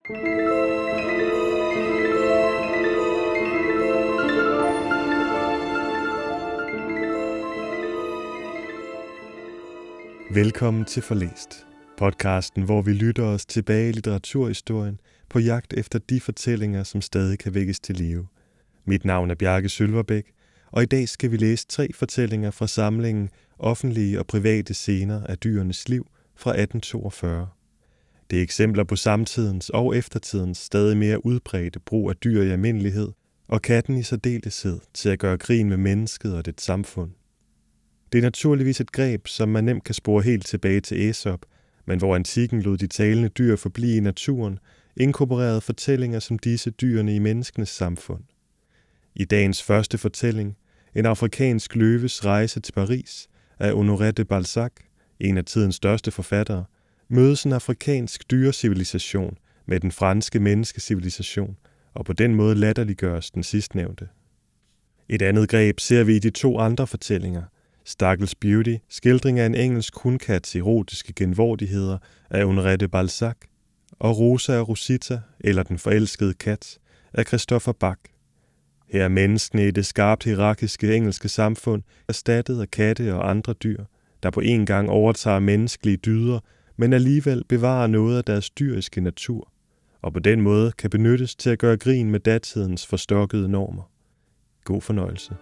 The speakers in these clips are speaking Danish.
Velkommen til Forlæst, podcasten, hvor vi lytter os tilbage i litteraturhistorien på jagt efter de fortællinger, som stadig kan vækkes til live. Mit navn er Bjarke Sølverbæk, og i dag skal vi læse 3 fortællinger fra samlingen Offentlige og private scener af dyrenes liv fra 1842. Det er eksempler på samtidens og eftertidens stadig mere udbredte brug af dyr i almindelighed, og katten i særdeleshed til at gøre grin med mennesket og dets samfund. Det er naturligvis et greb, som man nemt kan spore helt tilbage til Æsop, men hvor antikken lod de talende dyr forblive i naturen, inkorporerede fortællinger som disse dyrene i menneskenes samfund. I dagens første fortælling, en afrikansk løves rejse til Paris af Honoré de Balzac, en af tidens største forfattere, mødes en afrikansk dyrecivilisationen med den franske menneskecivilisation, og på den måde latterliggøres den sidstnævnte. Et andet greb ser vi i de 2 andre fortællinger, Stakkels Beauty, skildring af en engelsk hundkats erotiske genvordigheder af Honoré de Balzac, og Rosa og Rosita, eller Den forelskede kat, af Christopher Bach. Her er menneskene i det skarpt hierarkiske engelske samfund erstattet af katte og andre dyr, der på en gang overtager menneskelige dyder, men alligevel bevarer noget af deres dyriske natur, og på den måde kan benyttes til at gøre grin med datidens forstokkede normer. God fornøjelse.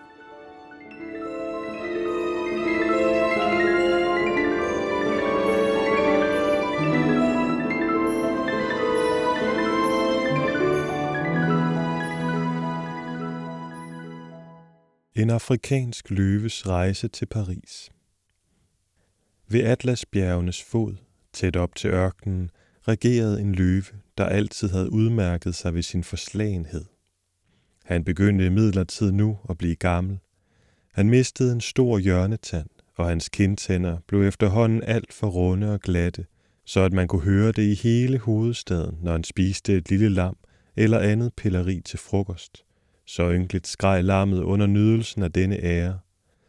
En afrikansk løves rejse til Paris. Ved Atlasbjergenes fod, tæt op til ørkenen, regerede en løve, der altid havde udmærket sig ved sin forslagenhed. Han begyndte imidlertid nu at blive gammel. Han mistede en stor hjørnetand, og hans kindtænder blev efterhånden alt for runde og glatte, så at man kunne høre det i hele hovedstaden, når han spiste et lille lam eller andet pilleri til frokost. Så ynkeligt skreg lammet under nydelsen af denne ære.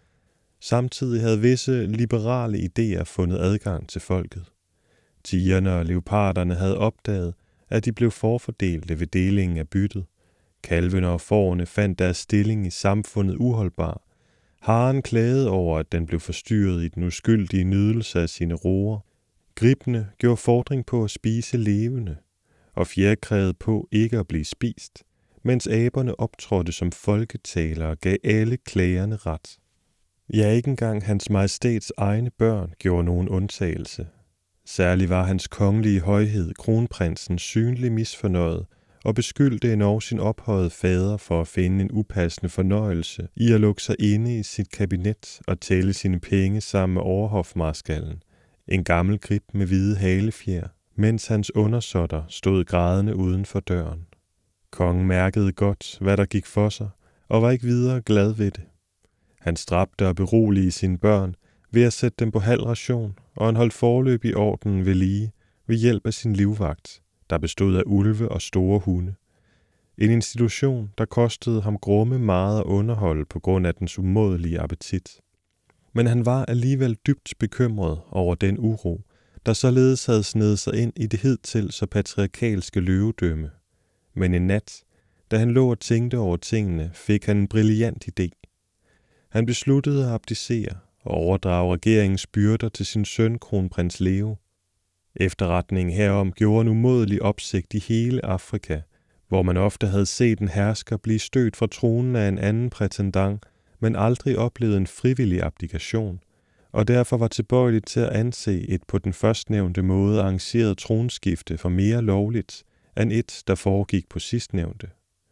Samtidig havde visse liberale idéer fundet adgang til folket. Tigerne og leoparderne havde opdaget, at de blev forfordelte ved delingen af byttet. Kalvene og fårene fandt deres stilling i samfundet uholdbar. Haren klagede over, at den blev forstyrret i den uskyldige nydelse af sine roer. Gribene gjorde fordring på at spise levende, og fjer krævede på ikke at blive spist, mens aberne optrådte som folketalere og gav alle klagerne ret. Ja, ikke engang hans majestæts egne børn gjorde nogen undtagelse. Særligt var hans kongelige højhed, kronprinsen, synlig misfornøjet og beskyldte endog sin ophøjede fader for at finde en upassende fornøjelse i at lukke sig inde i sit kabinet og tælle sine penge sammen med overhofmarskallen, en gammel grib med hvide halefjer, mens hans undersåtter stod grædende uden for døren. Kongen mærkede godt, hvad der gik for sig, og var ikke videre glad ved det. Han stræbte at berolige sine børn ved at sætte dem på halv ration, og han holdt foreløbig ordenen ved lige ved hjælp af sin livvagt, der bestod af ulve og store hunde. En institution, der kostede ham grumme meget at underholde på grund af dens umådelige appetit. Men han var alligevel dybt bekymret over den uro, der således havde snedet sig ind i det hidtil så patriarkalske løvedømme. Men en nat, da han lå og tænkte over tingene, fik han en brilliant idé. Han besluttede at abdicere og overdrage regeringens byrder til sin søn, kronprins Leo. Efterretningen herom gjorde en umådelig opsigt i hele Afrika, hvor man ofte havde set en hersker blive stødt fra tronen af en anden prætendant, men aldrig oplevet en frivillig abdikation, og derfor var tilbøjelig til at anse et på den førstnævnte måde arrangeret tronskifte for mere lovligt, end et, der foregik på sidstnævnte.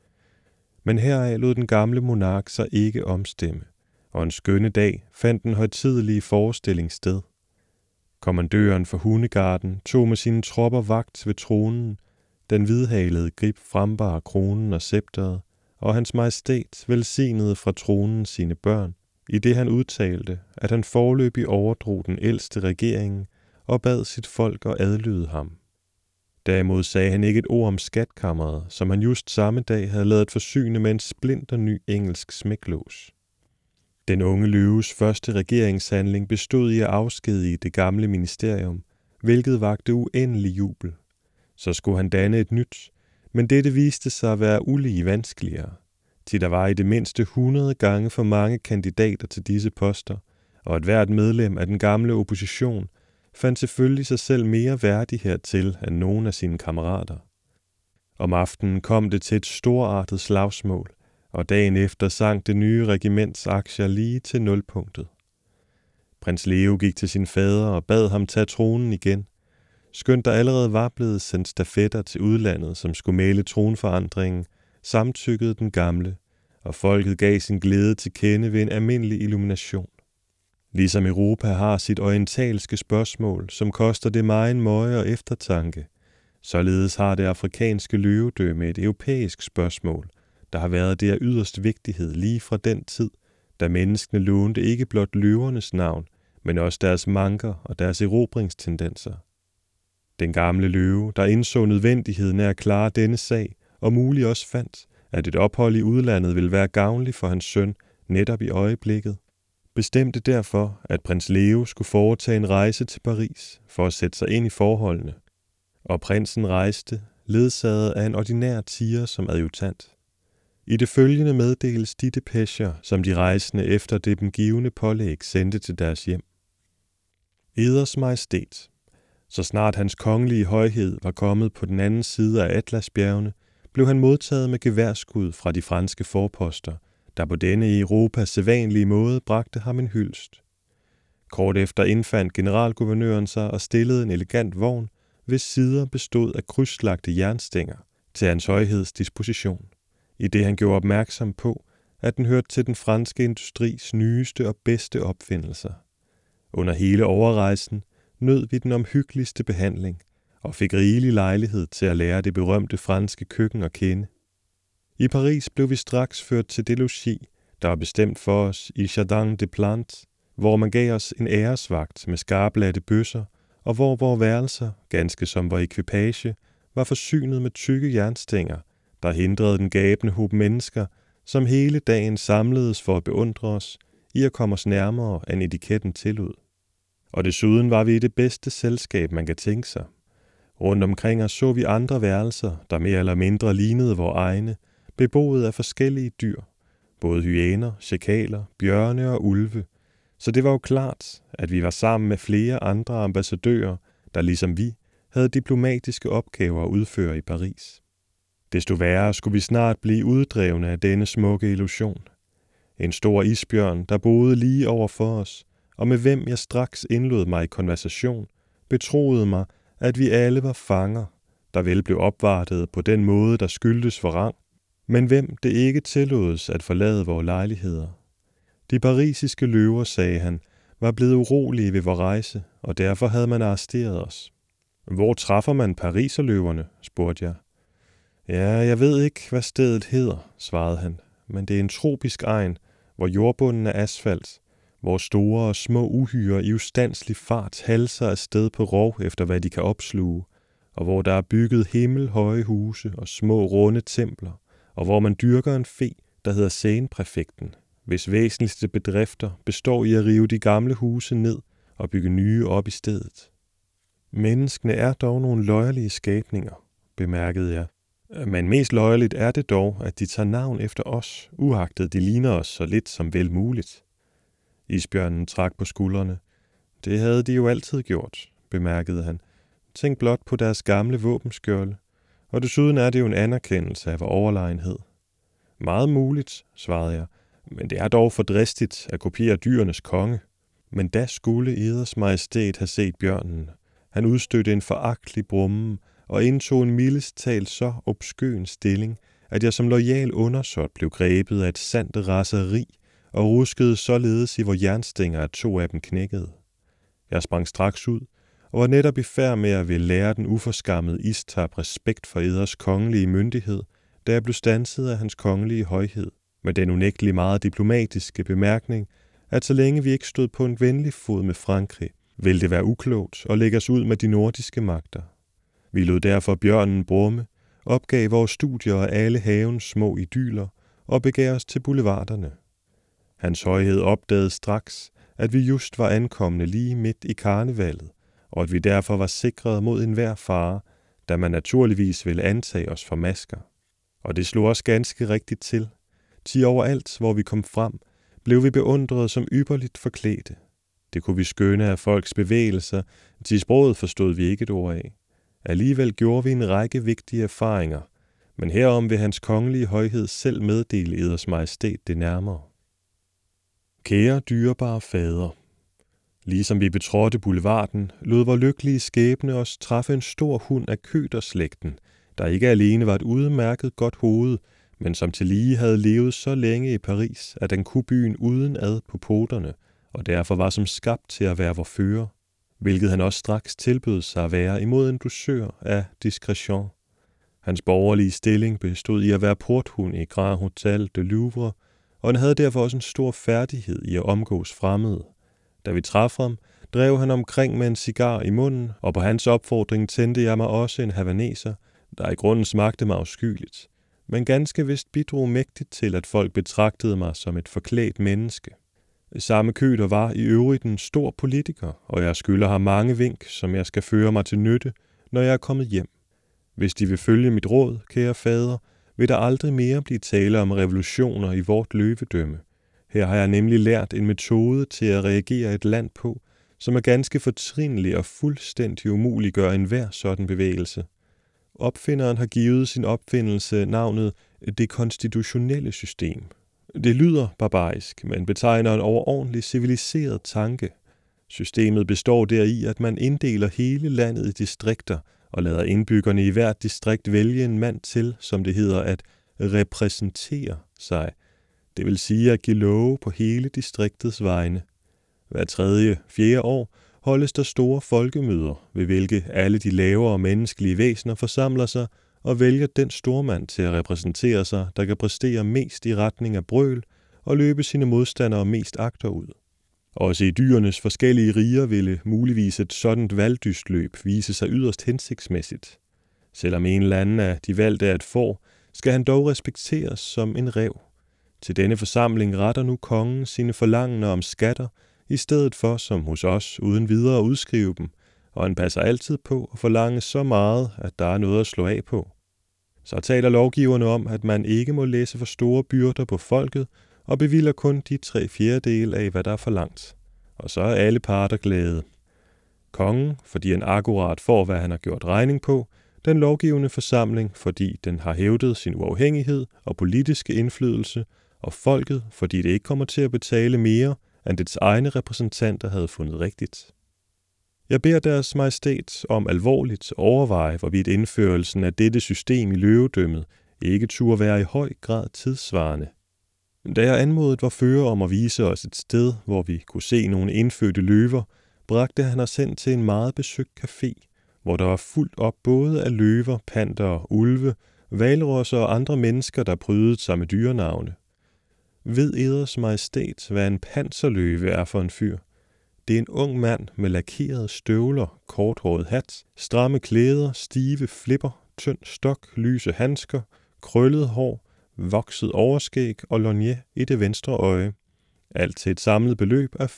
Men heraf lod den gamle monark sig ikke omstemme, og en skønne dag fandt den højtidelige forestilling sted. Kommandøren for hundegarden tog med sine tropper vagt ved tronen, den hvidhalede grib frembar kronen og scepteret, og hans majestæt velsignede fra tronen sine børn, i det han udtalte, at han foreløbig overdrog den ældste regeringen og bad sit folk at adlyde ham. Derimod sagde han ikke et ord om skatkammeret, som han just samme dag havde ladet forsyne med en splinterny engelsk smæklås. Den unge løves første regeringshandling bestod i at afskedige det gamle ministerium, hvilket vakte uendelig jubel. Så skulle han danne et nyt, men dette viste sig at være ulige vanskeligere, til der var i det mindste 100 gange for mange kandidater til disse poster, og at hvert medlem af den gamle opposition fandt selvfølgelig sig selv mere værdig hertil end nogen af sine kammerater. Om aftenen kom det til et storartet slagsmål, og dagen efter sank det nye regiments aktier lige til nulpunktet. Prins Leo gik til sin fader og bad ham tage tronen igen, skønt der allerede var blevet sendt stafetter til udlandet, som skulle male tronforandringen, samtykkede den gamle, og folket gav sin glæde til kende ved en almindelig illumination. Ligesom Europa har sit orientalske spørgsmål, som koster det megen møje og eftertanke, således har det afrikanske løvedømme et europæisk spørgsmål, der har været det af yderst vigtighed lige fra den tid, da menneskene lånte ikke blot løvernes navn, men også deres manker og deres erobringstendenser. Den gamle løve, der indså nødvendigheden af at klare denne sag, og muligt også fandt, at et ophold i udlandet ville være gavnligt for hans søn netop i øjeblikket, bestemte derfor, at prins Leo skulle foretage en rejse til Paris for at sætte sig ind i forholdene, og prinsen rejste, ledsaget af en ordinær tiger som adjutant. I det følgende meddeles de depecher, som de rejsende efter det dem givne pålæg sendte til deres hjem. Eders Majestæt. Så snart hans kongelige højhed var kommet på den anden side af Atlasbjergene, blev han modtaget med geværskud fra de franske forposter, der på denne i Europas sædvanlige måde bragte ham en hyldest. Kort efter indfandt generalguvernøren sig og stillede en elegant vogn, hvis sider bestod af krydslagte jernstænger, til hans højheds disposition, i det han gjorde opmærksom på, at den hørte til den franske industris nyeste og bedste opfindelser. Under hele overrejsen nød vi den omhyggeligste behandling, og fik rigelig lejlighed til at lære det berømte franske køkken at kende. I Paris blev vi straks ført til det logis, der var bestemt for os i Jardin des Plantes, hvor man gav os en æresvagt med skarplatte bøsser, og hvor vores værelser, ganske som vor ekvipage, var forsynet med tykke jernstænger, der hindrede den gabende hob mennesker, som hele dagen samledes for at beundre os, i at komme os nærmere, end etiketten tillod. Og desuden var vi i det bedste selskab, man kan tænke sig. Rundt omkring os så vi andre værelser, der mere eller mindre lignede vores egne, beboet af forskellige dyr, både hyæner, sjakaler, bjørne og ulve, så det var jo klart, at vi var sammen med flere andre ambassadører, der ligesom vi havde diplomatiske opgaver at udføre i Paris. Desto værre skulle vi snart blive uddrevne af denne smukke illusion. En stor isbjørn, der boede lige over for os, og med hvem jeg straks indlod mig i konversation, betroede mig, at vi alle var fanger, der vel blev opvartet på den måde, der skyldtes for rang, men hvem det ikke tillådes at forlade vores lejligheder. De parisiske løver, sagde han, var blevet urolige ved vores rejse, og derfor havde man arresteret os. Hvor træffer man pariserløverne, spurgte jeg. Ja, jeg ved ikke, hvad stedet hedder, svarede han, men det er en tropisk egn, hvor jordbunden er asfalt, hvor store og små uhyrer i ustanselig fart halser afsted på rov efter hvad de kan opsluge, og hvor der er bygget himmelhøje huse og små runde templer, og hvor man dyrker en fe, der hedder Seine-præfekten, hvis væsentligste bedrifter består i at rive de gamle huse ned og bygge nye op i stedet. Menneskene er dog nogle løjerlige skabninger, bemærkede jeg. Men mest løjerligt er det dog, at de tager navn efter os, uagtet de ligner os så lidt som vel muligt. Isbjørnen trak på skuldrene. Det havde de jo altid gjort, bemærkede han. Tænk blot på deres gamle våbenskjolde, og desuden er det jo en anerkendelse af vor overlegenhed. Meget muligt, svarede jeg, men det er dog for dristigt at kopiere dyrenes konge. Men da skulle Eders Majestæt have set bjørnen. Han udstødte en foragtelig brummen og indtog en mildest talt så obskøn stilling, at jeg som loyal undersåt blev grebet af et sandt raseri og ruskede således i vor jernstænger, at 2 af dem knækkede. Jeg sprang straks ud og var netop i færd med at ville lære den uforskammede istab respekt for Eders kongelige myndighed, da jeg blev standset af hans kongelige højhed, med den unægtelig meget diplomatiske bemærkning, at så længe vi ikke stod på en venlig fod med Frankrig, ville det være uklogt at lægge os ud med de nordiske magter. Vi lod derfor bjørnen brumme, opgav vores studier af alle havens små idyller og begav os til boulevarderne. Hans højhed opdagede straks, at vi just var ankomne lige midt i karnevalet, og at vi derfor var sikret mod enhver fare, da man naturligvis ville antage os for masker. Og det slog os ganske rigtigt til. Ti overalt, hvor vi kom frem, blev vi beundret som ypperligt forklædte. Det kunne vi skønne af folks bevægelser, til sproget forstod vi ikke et ord af. Alligevel gjorde vi en række vigtige erfaringer, men herom vil hans kongelige højhed selv meddele eders majestæt det nærmere. Kære dyrebare fader, ligesom vi betrådte boulevarden, lod vor lykkelige skæbne os træffe en stor hund af køterslægten, der ikke alene var et udmærket godt hoved, men som tillige havde levet så længe i Paris, at den kunne byen uden ad på poterne, og derfor var som skabt til at være vor fører, hvilket han også straks tilbød sig at være imod en dusør af diskretion. Hans borgerlige stilling bestod i at være porthund i Grand Hotel de Louvre, og han havde derfor også en stor færdighed i at omgås fremmede. Da vi traf ham, drev han omkring med en cigar i munden, og på hans opfordring tændte jeg mig også en havaneser, der i grunden smagte mig afskyeligt, men ganske vist bidrog mægtigt til, at folk betragtede mig som et forklædt menneske. Samme køter var i øvrigt en stor politiker, og jeg skylder ham mange vink, som jeg skal føre mig til nytte, når jeg er kommet hjem. Hvis de vil følge mit råd, kære fader, vil der aldrig mere blive tale om revolutioner i vort løvedømme. Her har jeg nemlig lært en metode til at reagere et land på, som er ganske fortrinlig og fuldstændig umuliggør enhver sådan bevægelse. Opfinderen har givet sin opfindelse navnet det konstitutionelle system. Det lyder barbarisk, men betegner en overordentlig civiliseret tanke. Systemet består deri, at man inddeler hele landet i distrikter og lader indbyggerne i hvert distrikt vælge en mand til, som det hedder, at repræsentere sig. Det vil sige at give love på hele distriktets vegne. Hver 3.-4. år holdes der store folkemøder, ved hvilke alle de lavere menneskelige væsener forsamler sig og vælger den stormand til at repræsentere sig, der kan præstere mest i retning af brøl og løbe sine modstandere mest agterud. Også i dyrenes forskellige riger ville muligvis et sådant valgdystløb vise sig yderst hensigtsmæssigt. Selvom en eller anden af de valgte er et får, skal han dog respekteres som en ræv. Til denne forsamling retter nu kongen sine forlangender om skatter, i stedet for, som hos os, uden videre at udskrive dem, og han passer altid på at forlange så meget, at der er noget at slå af på. Så taler lovgiverne om, at man ikke må læse for store byrder på folket, og bevilger kun de 3/4 af, hvad der er forlangt. Og så er alle parter glade. Kongen, fordi han akkurat får, hvad han har gjort regning på, den lovgivende forsamling, fordi den har hævdet sin uafhængighed og politiske indflydelse, og folket, fordi det ikke kommer til at betale mere, end dets egne repræsentanter havde fundet rigtigt. Jeg beder deres majestæt om alvorligt at overveje, hvorvidt indførelsen af dette system i løvedømmet ikke turde være i høj grad tidsvarende. Da jeg anmodede vor fører om at vise os et sted, hvor vi kunne se nogle indfødte løver, bragte han os hen til en meget besøgt café, hvor der var fuldt op både af løver, panter, ulve, hvalrosser og andre mennesker, der prydede sig med dyrenavne. Ved eders majestæt, hvad en panserløve er for en fyr? Det er en ung mand med lakerede støvler, korthåret hat, stramme klæder, stive flipper, tynd stok, lyse handsker, krøllet hår, vokset overskæg og lorgnet i det venstre øje. Alt til et samlet beløb af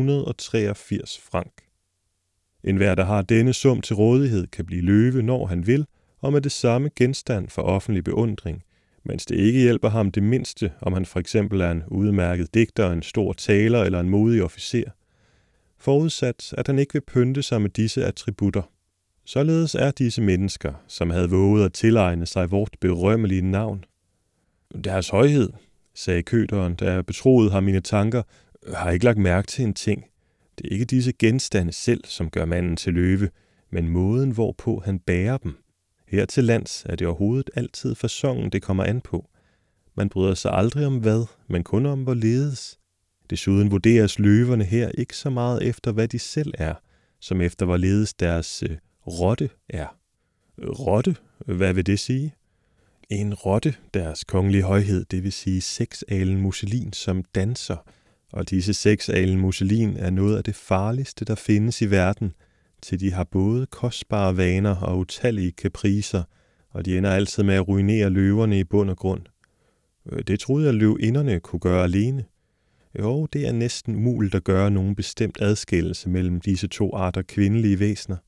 583 franc. Enhver, der har denne sum til rådighed, kan blive løve, når han vil, og med det samme genstand for offentlig beundring, mens det ikke hjælper ham det mindste, om han for eksempel er en udmærket digter, en stor taler eller en modig officer. Forudsat, at han ikke vil pynte sig med disse attributter. Således er disse mennesker, som havde vovet at tilegne sig vort berømmelige navn. Deres højhed, sagde køteren, da jeg betroede ham mine tanker, har ikke lagt mærke til en ting. Det er ikke disse genstande selv, som gør manden til løve, men måden, hvorpå han bærer dem. Her til lands er det overhovedet altid faconen, det kommer an på. Man bryder sig aldrig om hvad, men kun om hvorledes. Desuden vurderes løverne her ikke så meget efter, hvad de selv er, som efter hvorledes deres rotte er. Rotte? Hvad vil det sige? En rotte, deres kongelige højhed, det vil sige 6 alen musselin, som danser, og disse 6 alen musselin er noget af det farligste, der findes i verden, til de har både kostbare vaner og utallige capricer, og de ender altid med at ruinere løverne i bund og grund. Det troede jeg, løvinderne kunne gøre alene. Jo, det er næsten umuligt at gøre nogen bestemt adskillelse mellem disse 2 arter kvindelige væsener.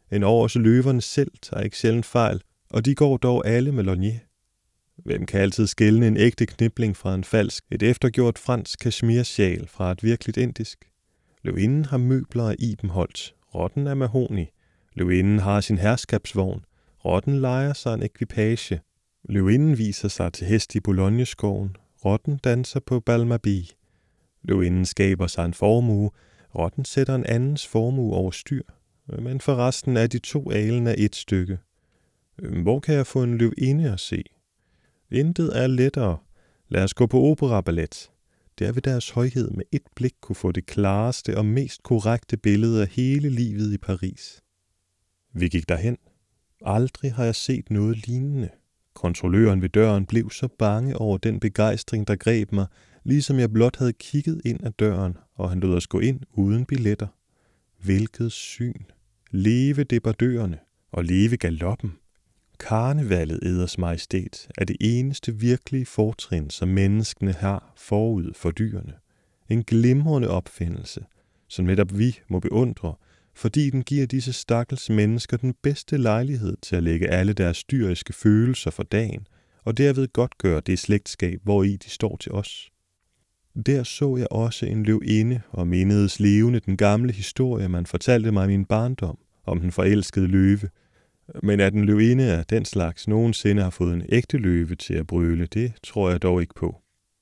Endog også løverne selv tager ikke sjældent fejl, og de går dog alle med lorgnet. Hvem kan altid skelne en ægte knibling fra en falsk, et eftergjort fransk kashmirsjal fra et virkeligt indisk? Løvinden har møbler af ibenholt, rotten af mahoni. Løvinden har sin herskabsvogn, rotten lejer sig en ekvipage. Løvinden viser sig til hest i Bologneskoven, rotten danser på Balmabi. Løvinden skaber sig en formue, rotten sætter en andens formue over styr. Men forresten er de to alen af et stykke. Hvor kan jeg få en løvinde at se? Intet er lettere. Lad os gå på operaballet. Der vil deres højhed med et blik kunne få det klareste og mest korrekte billede af hele livet i Paris. Vi gik derhen. Aldrig har jeg set noget lignende. Kontrolløren ved døren blev så bange over den begejstring, der greb mig, ligesom jeg blot havde kigget ind ad døren, og han lod os gå ind uden billetter. Hvilket syn! Leve debardørerne og leve galoppen. Karnevalet, Eders Majestæt, er det eneste virkelige fortrin, som menneskene har forud for dyrene. En glimrende opfindelse, som netop vi må beundre, fordi den giver disse stakkels mennesker den bedste lejlighed til at lægge alle deres dyriske følelser for dagen, og derved godt gøre det slægtskab, hvori de står til os. Der så jeg også en løvinde og mindedes levende den gamle historie, man fortalte mig i min barndom om den forelskede løve. Men at en løvinde af den slags nogensinde har fået en ægte løve til at brøle, det tror jeg dog ikke på.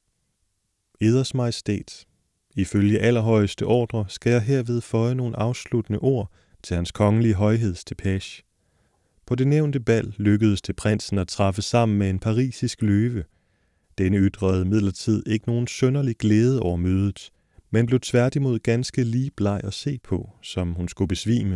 Eders Majestæt, ifølge allerhøjeste ordre skal jeg herved føje nogle afsluttende ord til hans kongelige højheds depage. På det nævnte bal lykkedes det prinsen at træffe sammen med en parisisk løve. Denne ytrede midlertid ikke nogen synderlig glæde over mødet, men blev tværtimod ganske ligebleg at se på, som hun skulle besvime.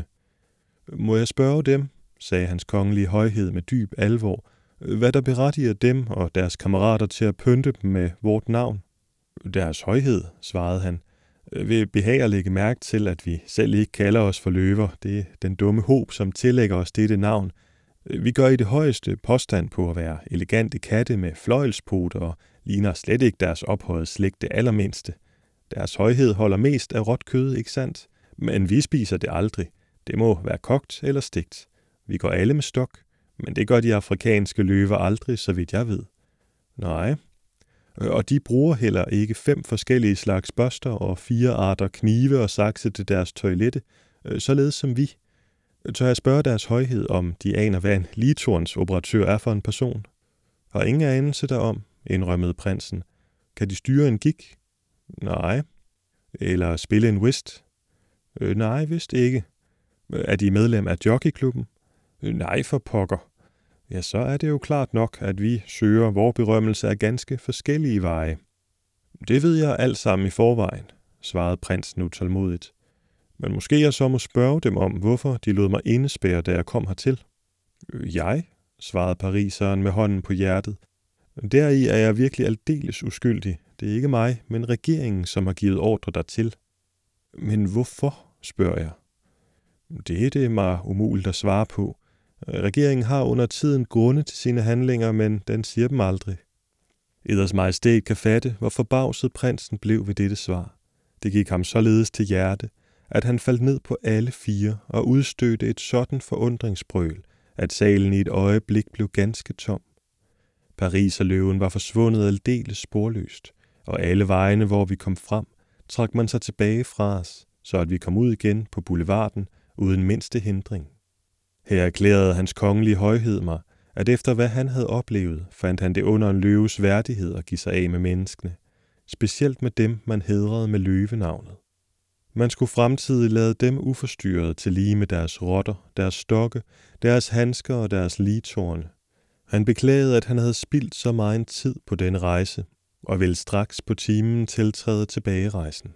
Må jeg spørge dem, sagde hans kongelige højhed med dyb alvor, hvad der berettiger dem og deres kammerater til at pynte dem med vort navn? Deres højhed, svarede han, vil behage at lægge mærke til, at vi selv ikke kalder os for løver. Det er den dumme håb, som tillægger os dette navn. Vi gør i det højeste påstand på at være elegante katte med fløjelspoter og ligner slet ikke deres ophøjede slægt det allermindste. Deres højhed holder mest af råt kød, ikke sandt? Men vi spiser det aldrig. Det må være kogt eller stegt. Vi går alle med stok, men det gør de afrikanske løver aldrig, så vidt jeg ved. Nej. Og de bruger heller ikke 5 forskellige slags børster og 4 arter knive og sakse til deres toilette, således som vi. Tør jeg spørge deres højhed, om de aner, hvad en ligetornsoperatør er for en person? Har ingen anelse derom, indrømmede prinsen. Kan de styre en gik? Nej. Eller spille en whist? Nej, vist ikke. Er de medlem af jockeyklubben? Nej, for pokker. Ja, så er det jo klart nok, at vi søger vor berømmelse af ganske forskellige veje. Det ved jeg alt sammen i forvejen, svarede prinsen utålmodigt. Men måske jeg så må spørge dem om, hvorfor de lod mig indespærre, da jeg kom hertil. Jeg, svarede pariseren med hånden på hjertet. Deri er jeg virkelig aldeles uskyldig. Det er ikke mig, men regeringen, som har givet ordre dertil. Men hvorfor, spørger jeg. Det er det mig umuligt at svare på. Regeringen har under tiden grunde til sine handlinger, men den siger dem aldrig. Eders Majestæt kan fatte, hvor forbavset prinsen blev ved dette svar. Det gik ham således til hjerte, at han faldt ned på alle 4 og udstødte et sådan forundringsbrøl, at salen i et øjeblik blev ganske tom. Pariserløven var forsvundet aldeles sporløst, og alle vejene, hvor vi kom frem, trak man sig tilbage fra os, så at vi kom ud igen på boulevarden uden mindste hindring. Her erklærede hans kongelige højhed mig, at efter hvad han havde oplevet, fandt han det under en løves værdighed at give sig af med menneskene, specielt med dem, man hædrede med løvenavnet. Man skulle fremtidig lade dem uforstyrret til lige med deres rotter, deres stokke, deres handsker og deres ligetårne. Han beklagede, at han havde spildt så meget tid på denne rejse, og ville straks på timen tiltræde tilbagerejsen.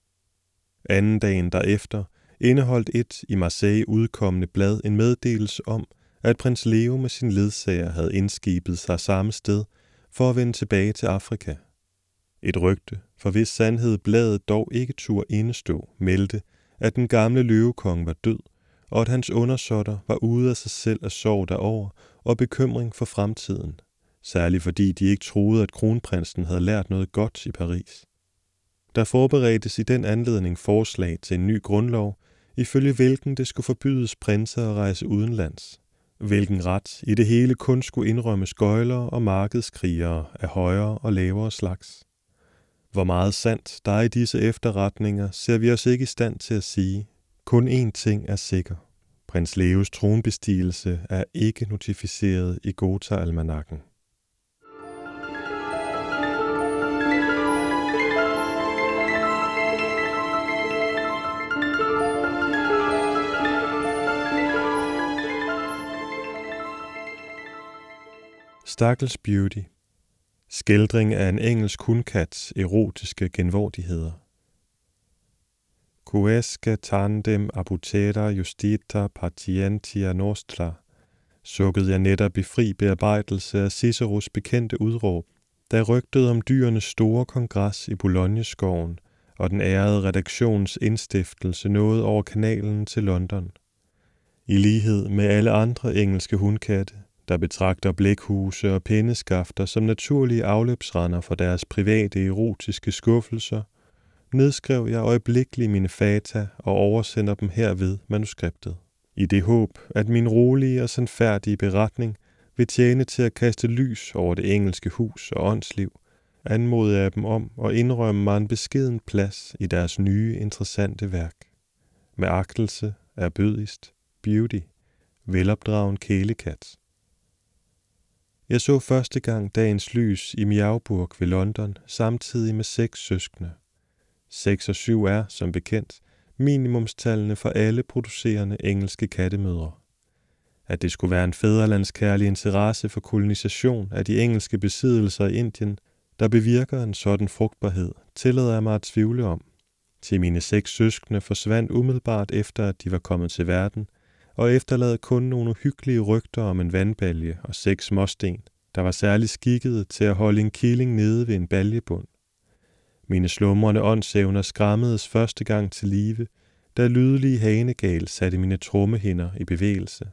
Anden dagen derefter indeholdt et i Marseille udkommende blad en meddelelse om, at prins Leo med sin ledsager havde indskibet sig samme sted for at vende tilbage til Afrika. Et rygte, for hvis sandhed bladet dog ikke turde indestå, meldte, at den gamle løvekong var død, og at hans undersåtter var ude af sig selv af sorg derover og bekymring for fremtiden, særligt fordi de ikke troede, at kronprinsen havde lært noget godt i Paris. Der forberedtes i den anledning forslag til en ny grundlov, ifølge hvilken det skulle forbydes prinser at rejse udenlands, hvilken ret i det hele kun skulle indrømmes gøjler og markedskrigere af højere og lavere slags. Hvor meget sandt der er i disse efterretninger, ser vi os ikke i stand til at sige. Kun én ting er sikker. Prins Leos tronbestigelse er ikke notificeret i Gotha-almanakken. Stakkels Beauty. Skildring af en engelsk hundkats erotiske genvordigheder. Quoesque tandem abutera justita patientia nostra, sukkede jeg netop i fri bearbejdelse af Ciceros bekendte udråb, da rygtet om dyrenes store kongres i Bologneskoven og den ærede redaktions indstiftelse nåede over kanalen til London. I lighed med alle andre engelske hundkatte, der betragter blækhuse og pindeskafter som naturlige afløbsrender for deres private erotiske skuffelser, nedskrev jeg øjeblikkeligt mine fata og oversender dem herved manuskriptet. I det håb, at min rolige og sandfærdige beretning vil tjene til at kaste lys over det engelske hus og åndsliv, anmodede jeg dem om at indrømme mig en beskeden plads i deres nye, interessante værk. Med agtelse, erbødigst, Beauty, velopdragen kælekat. Jeg så første gang dagens lys i Miauburg ved London, samtidig med 6 søskende. 6 og 7 er, som bekendt, minimumstallene for alle producerende engelske kattemødre. At det skulle være en fædrelandskærlig interesse for kolonisation af de engelske besiddelser i Indien, der bevirker en sådan frugtbarhed, tillader jeg mig at tvivle om. Til mine 6 søskende forsvandt umiddelbart efter, at de var kommet til verden, og efterlade kun nogle uhyggelige rygter om en vandbalje og 6 småsten, der var særligt skikket til at holde en killing nede ved en baljebund. Mine slumrende åndsevner skræmmedes første gang til live, da lydelige hanegal satte mine trommehinder i bevægelse.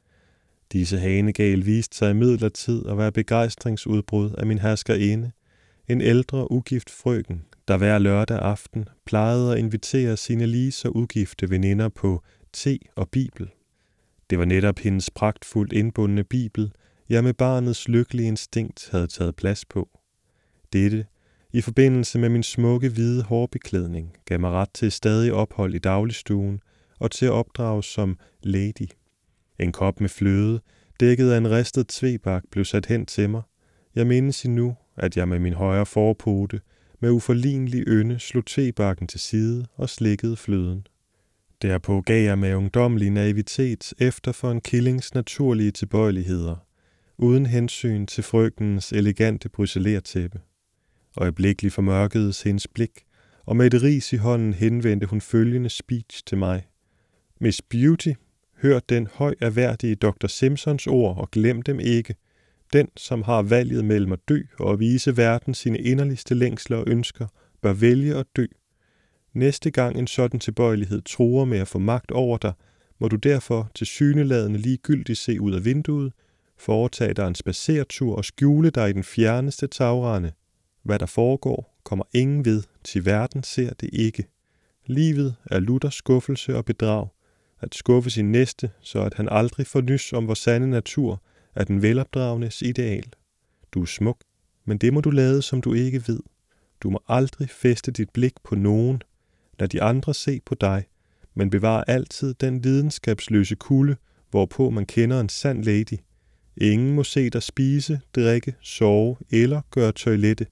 Disse hanegal viste sig imidlertid at være begejstringsudbrud af min herskerinde, en ældre ugift frøken, der hver lørdag aften plejede at invitere sine lige så ugifte veninder på te og bibel. Det var netop hendes pragtfuldt indbundne bibel, jeg med barnets lykkelige instinkt havde taget plads på. Dette, i forbindelse med min smukke hvide hårbeklædning, gav mig ret til stadig ophold i dagligstuen og til at opdrages som lady. En kop med fløde, dækket af en ristet tvebak, blev sat hen til mig. Jeg mindes endnu, at jeg med min højre forpote med uforlignelig ynde slog tebakken til side og slikkede fløden. Derpå gav jeg med ungdommelig naivitet efter for en killings naturlige tilbøjeligheder, uden hensyn til frøkenens elegante brysselertæppe. Øjeblikkeligt formørkedes hendes blik, og med et ris i hånden henvendte hun følgende speech til mig. Miss Beauty, hør den høj erhverdige Dr. Simpsons ord og glem dem ikke. Den, som har valget mellem at dø og at vise verden sine inderligste længsler og ønsker, bør vælge at dø. Næste gang en sådan tilbøjelighed truer med at få magt over dig, må du derfor tilsyneladende ligegyldigt se ud af vinduet, foretage dig en spadseretur og skjule dig i den fjerneste tagrende. Hvad der foregår, kommer ingen ved, til verden ser det ikke. Livet er lutter skuffelse og bedrag. At skuffe sin næste, så at han aldrig får nys om vor sande natur, er den velopdragnes ideal. Du er smuk, men det må du lade, som du ikke ved. Du må aldrig fæste dit blik på nogen. Lad de andre se på dig, men bevar altid den lidenskabsløse kulde, hvorpå man kender en sand lady. Ingen må se dig spise, drikke, sove eller gøre toilette.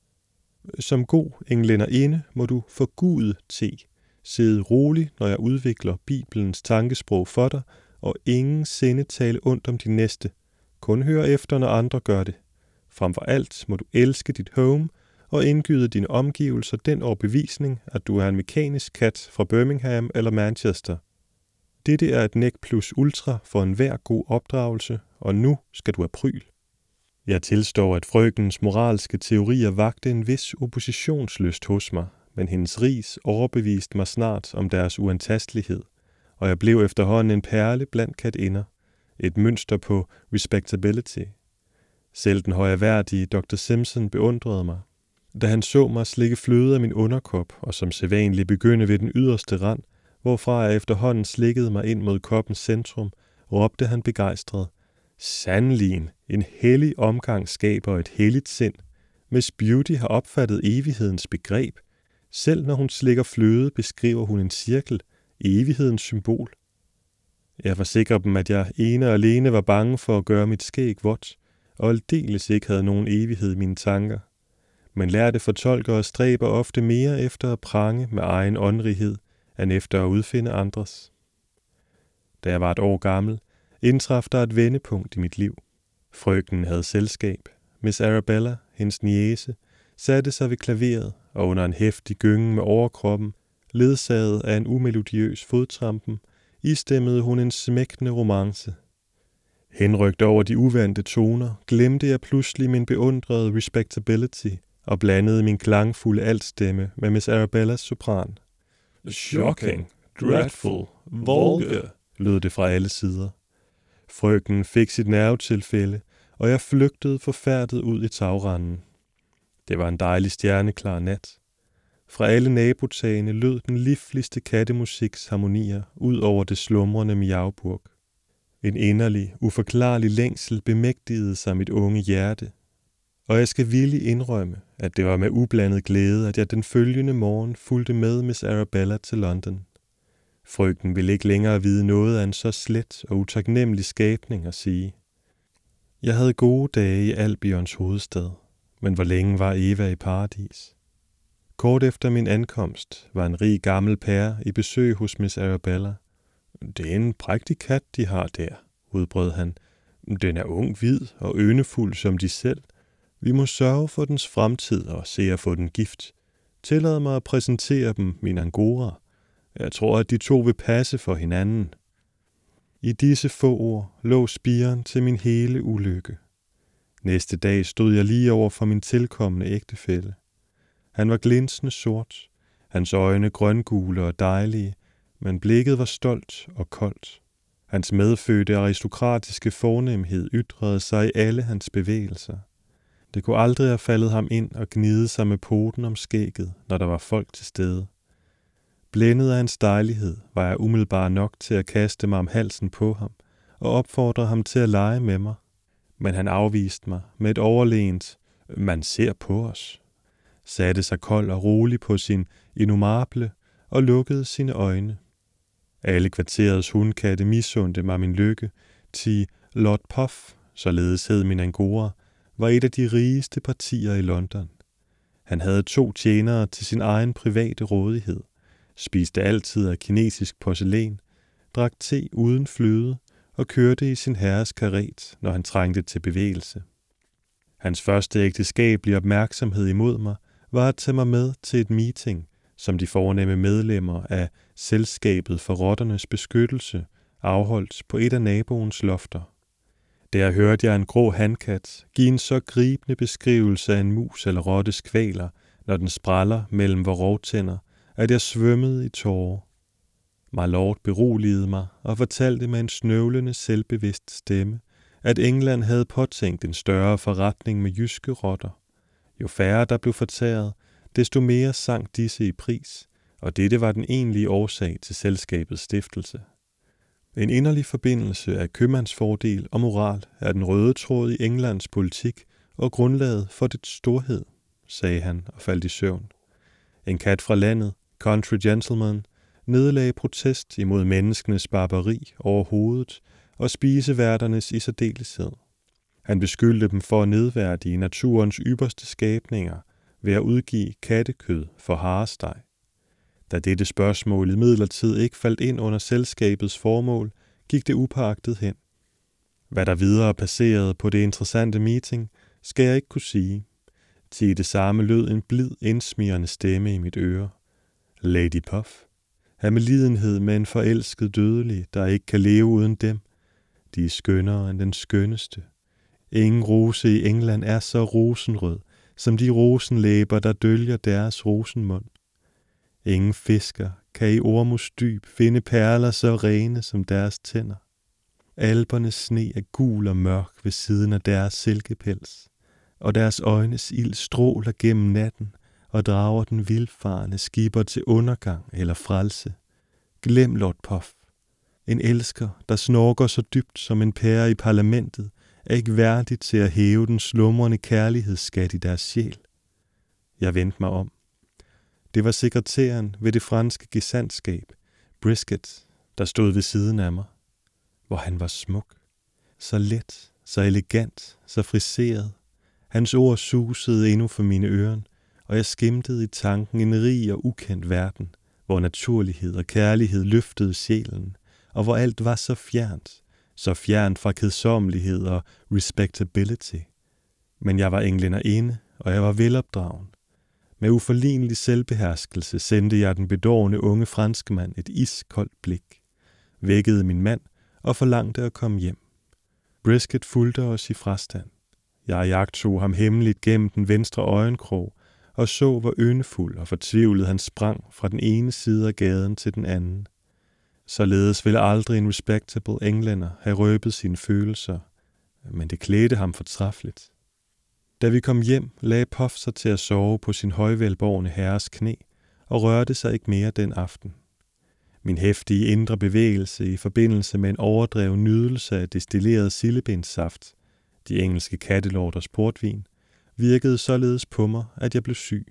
Som god englænderinde må du forgude te. Sidde rolig, når jeg udvikler Bibelens tankesprog for dig, og ingen sinde tale ondt om din næste. Kun hør efter, når andre gør det. Frem for alt må du elske dit home og indgyde dine omgivelser den overbevisning, at du er en mekanisk kat fra Birmingham eller Manchester. Dette er et nek plus ultra for enhver god opdragelse, og nu skal du have pryl. Jeg tilstår, at frøkens moralske teorier vagte en vis oppositionslyst hos mig, men hendes ris overbeviste mig snart om deres uantastelighed, og jeg blev efterhånden en perle blandt katinder, et mønster på respectability. Selv den højreværdige Dr. Simpson beundrede mig. Da han så mig slikke fløde af min underkop og som sædvanligt begynde ved den yderste rand, hvorfra jeg efterhånden slikkede mig ind mod koppens centrum, råbte han begejstret: Sandelig, en hellig omgang skaber et helligt sind. Miss Beauty har opfattet evighedens begreb. Selv når hun slikker fløde, beskriver hun en cirkel, evighedens symbol. Jeg forsikrer dem, at jeg ene og alene var bange for at gøre mit skæg vådt, og aldeles ikke havde nogen evighed i mine tanker. Men lærte fortolkere stræber ofte mere efter at prange med egen åndrighed, end efter at udfinde andres. Da jeg var et år gammel, indtraf der et vendepunkt i mit liv. Frøken havde selskab. Miss Arabella, hendes niece, satte sig ved klaveret, og under en heftig gyngen med overkroppen, ledsaget af en umelodiøs fodtrampen, istemmede hun en smægtende romance. Henrygt over de uvante toner, glemte jeg pludselig min beundrede respectability og blandede min klangfulde altstemme med Miss Arabellas sopran. Shocking, dreadful, vulgar, lød det fra alle sider. Frøken fik sit nervetilfælde, og jeg flygtede forfærdet ud i tagrenden. Det var en dejlig stjerneklar nat. Fra alle nabotagene lød den livligste kattemusiks harmonier ud over det slumrende miauburg. En inderlig, uforklarlig længsel bemægtigede sig mit unge hjerte, og jeg skal villigt indrømme, at det var med ublandet glæde, at jeg den følgende morgen fulgte med Miss Arabella til London. Frøken ville ikke længere vide noget af en så slet og utaknemmelig skabning at sige. Jeg havde gode dage i Albions hovedstad, men hvor længe var Eva i paradis? Kort efter min ankomst var en rig gammel pære i besøg hos Miss Arabella. Det er en prægtig kat, de har der, udbrød han. Den er ung, hvid og ynefuld som de selv. Vi må sørge for dens fremtid og se at få den gift. Tillad mig at præsentere dem min angora. Jeg tror, at de to vil passe for hinanden. I disse få ord lå spiren til min hele ulykke. Næste dag stod jeg lige over for min tilkommende ægtefælle. Han var glinsende sort, hans øjne grøngule og dejlige, men blikket var stolt og koldt. Hans medfødte aristokratiske fornemhed ytrede sig i alle hans bevægelser. Det kunne aldrig have faldet ham ind og gnide sig med poten om skægget, når der var folk til stede. Blændet af hans dejlighed var jeg umiddelbart nok til at kaste mig om halsen på ham og opfordre ham til at lege med mig. Men han afviste mig med et overlegent, man ser på os, satte sig kold og rolig på sin innomable og lukkede sine øjne. Alle kvarterets hundkatte misundte mig min lykke, til Lord Puff, således hed min angora, var et af de rigeste partier i London. Han havde 2 tjenere til sin egen private rådighed, spiste altid af kinesisk porcelæn, drak te uden fløde og kørte i sin herres karet, når han trængte til bevægelse. Hans første ægteskabelige opmærksomhed imod mig var at tage mig med til et meeting, som de fornemme medlemmer af Selskabet for Rotternes Beskyttelse afholdt på et af naboens lofter. Der hørte jeg en grå hankat give en så gribende beskrivelse af en mus eller rottes kvaler, når den spræller mellem vor rovtænder, at jeg svømmede i tårer. My Lord beroligede mig og fortalte med en snøvlende, selvbevidst stemme, at England havde påtænkt en større forretning med jyske rotter. Jo færre der blev fortæret, desto mere sank disse i pris, og dette var den egentlige årsag til selskabets stiftelse. En inderlig forbindelse af købmandsfordel og moral er den røde tråd i Englands politik og grundlaget for dets storhed, sagde han og faldt i søvn. En kat fra landet, Country Gentleman, nedlagde protest imod menneskenes barbari over hovedet og spiseværternes i særdeleshed. Han beskyldte dem for at nedværdige naturens ypperste skabninger ved at udgive kattekød for haresteg. Da dette spørgsmål imidlertid ikke faldt ind under selskabets formål, gik det upåagtet hen. Hvad der videre passerede på det interessante meeting, skal jeg ikke kunne sige. Til det samme lød en blid, indsmirrende stemme i mit øre. Lady Puff. Ha' med lidenhed med en forelsket dødelig, der ikke kan leve uden dem. De er skønnere end den skønneste. Ingen rose i England er så rosenrød, som de rosenlæber, der dølger deres rosenmund. Ingen fisker kan i Ormus dyb finde perler så rene som deres tænder. Alpernes sne er gul og mørk ved siden af deres silkepels, og deres øjnes ild stråler gennem natten og drager den vildfarne skipper til undergang eller frelse. Glem Lord Puff. En elsker, der snorker så dybt som en pære i parlamentet, er ikke værdig til at hæve den slumrende kærlighedsskat i deres sjæl. Jeg vendte mig om. Det var sekretæren ved det franske gesandtskab, Brisket, der stod ved siden af mig. Hvor han var smuk. Så let, så elegant, så friseret. Hans ord susede endnu for mine ører, og jeg skimtede i tanken en rig og ukendt verden, hvor naturlighed og kærlighed løftede sjælen, og hvor alt var så fjernt fra kedsommelighed og respectability. Men jeg var englænderinde, og jeg var velopdragen. Med uforlignelig selvbeherskelse sendte jeg den bedårende unge franskmand et iskoldt blik, vækkede min mand og forlangte at komme hjem. Brisket fulgte os i frastand. Jeg jagtog ham hemmeligt gennem den venstre øjenkrog og så, hvor ynefuld og fortvivlet han sprang fra den ene side af gaden til den anden. Således ville aldrig en respectable englænder have røbet sine følelser, men det klædte ham fortræffeligt. Da vi kom hjem, lagde Puff sig til at sove på sin højvelborgne herres knæ og rørte sig ikke mere den aften. Min heftige indre bevægelse i forbindelse med en overdreven nydelse af destilleret sildebenssaft, de engelske kattelorters portvin, virkede således på mig, at jeg blev syg.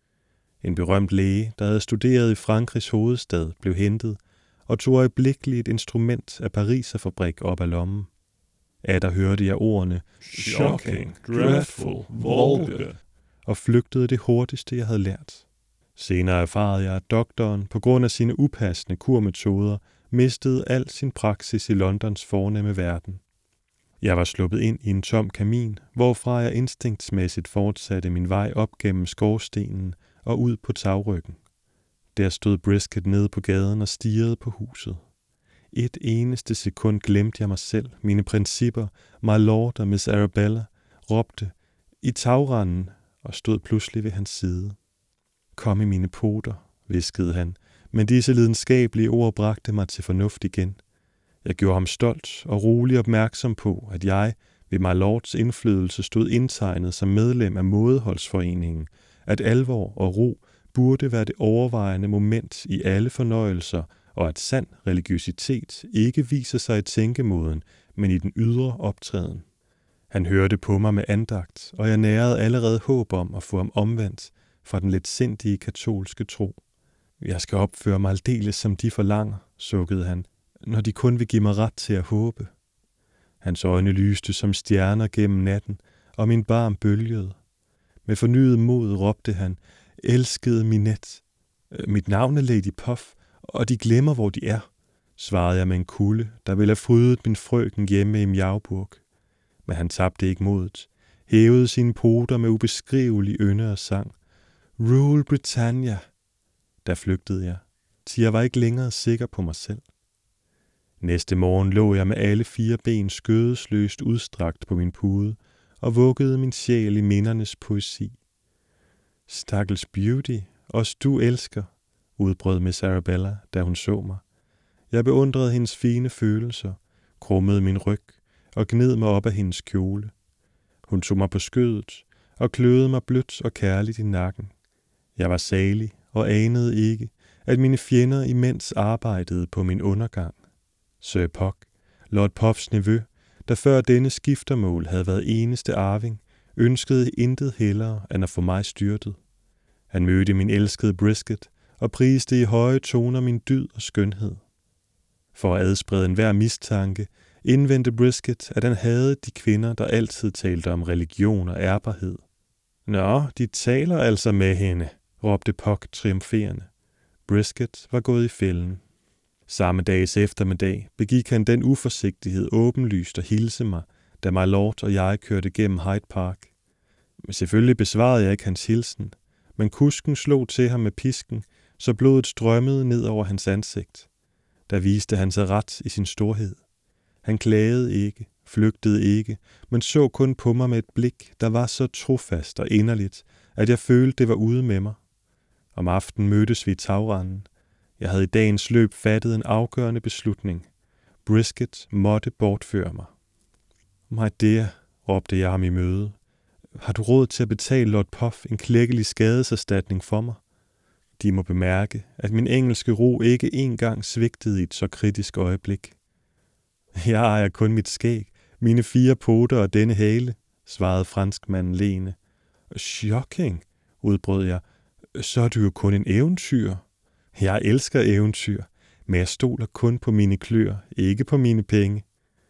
En berømt læge, der havde studeret i Frankrigs hovedstad, blev hentet og tog øjeblikkeligt et instrument af pariserfabrik op af lommen. Atter hørte jeg ordene shocking, dreadful, vulgar, og flygtede det hurtigste, jeg havde lært. Senere erfarede jeg, at doktoren på grund af sine upassende kurmetoder mistede al sin praksis i Londons fornemme verden. Jeg var sluppet ind i en tom kamin, hvorfra jeg instinktsmæssigt fortsatte min vej op gennem skorstenen og ud på tagryggen. Der stod Brisket nede på gaden og stirrede på huset. Et eneste sekund glemte jeg mig selv, mine principper, my lord og Miss Arabella, råbte i tagranden og stod pludselig ved hans side. Kom i mine poter, hviskede han, men disse lidenskabelige ord bragte mig til fornuft igen. Jeg gjorde ham stolt og rolig opmærksom på, at jeg ved my lords indflydelse stod indtegnet som medlem af Mådeholdsforeningen, at alvor og ro burde være det overvejende moment i alle fornøjelser, og at sand religiøsitet ikke viser sig i tænkemåden, men i den ydre optræden. Han hørte på mig med andagt, og jeg nærede allerede håb om at få ham omvendt fra den letsindige katolske tro. Jeg skal opføre mig aldeles som de forlanger, sukkede han, når de kun vil give mig ret til at håbe. Hans øjne lyste som stjerner gennem natten, og min barm bølgede. Med fornyet mod råbte han, elskede Minette. Mit navn er Lady Puff, og de glemmer, hvor de er, svarede jeg med en kulde, der ville have frydet min frøken hjemme i Mjauburg. Men han tabte ikke modet, hævede sine poter med ubeskrivelig ynde og sang. Rule Britannia! Der flygtede jeg, til jeg var ikke længere sikker på mig selv. Næste morgen lå jeg med alle 4 ben skødesløst udstrakt på min pude og vuggede min sjæl i mindernes poesi. Stakkels Beauty, også du elsker, udbrød Miss Arabella, da hun så mig. Jeg beundrede hendes fine følelser, krummede min ryg og gned mig op af hendes kjole. Hun tog mig på skødet og kløede mig blødt og kærligt i nakken. Jeg var salig og anede ikke, at mine fjender imens arbejdede på min undergang. Sir Puck, Lord Puffs nevø, der før denne skiftermål havde været eneste arving, ønskede intet hellere end at få mig styrtet. Han mødte min elskede Brisket og priste i høje toner min dyd og skønhed. For at adsprede enhver mistanke, indvendte Brisket, at han havde de kvinder, der altid talte om religion og ærbarhed. Nå, de taler altså med hende, råbte Puck triumferende. Brisket var gået i fælden. Samme dags eftermiddag begik han den uforsigtighed åbenlyst at hilse mig, da my lord og jeg kørte gennem Hyde Park. Men selvfølgelig besvarede jeg ikke hans hilsen, men kusken slog til ham med pisken, så blodet strømmede ned over hans ansigt. Der viste han sig ret i sin storhed. Han klagede ikke, flygtede ikke, men så kun på mig med et blik, der var så trofast og inderligt, at jeg følte, det var ude med mig. Om aftenen mødtes vi i tagranden. Jeg havde i dagens løb fattet en afgørende beslutning. Brisket måtte bortføre mig. My dear, råbte jeg ham i møde. Har du råd til at betale Lord Puff en klækkelig skadeserstatning for mig? De må bemærke, at min engelske ro ikke engang svigtede i et så kritisk øjeblik. Jeg ejer kun mit skæg, mine 4 poter og denne hale, svarede franskmanden leende. Shocking, udbrød jeg. Så er du jo kun en eventyr. Jeg elsker eventyr, men jeg stoler kun på mine kløer, ikke på mine penge.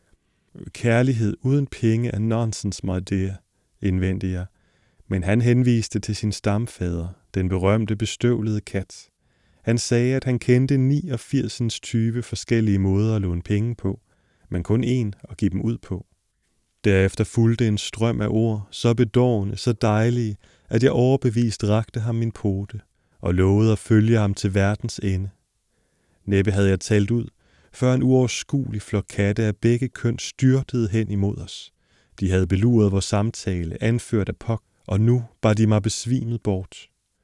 Kærlighed uden penge er nonsens, my dear, indvendte jeg. Men han henviste til sin stamfader, den berømte bestøvlede kat. Han sagde, at han kendte 89 20 forskellige måder at låne penge på, men kun én at give dem ud på. Derefter fulgte en strøm af ord, så bedårende, så dejlige, at jeg overbevist rakte ham min pote og lovede at følge ham til verdens ende. Næppe havde jeg talt ud, før en uoverskuelig flok katte af begge køn styrtede hen imod os. De havde beluret vores samtale, anført af Puck, og nu bar de mig besvimet bort.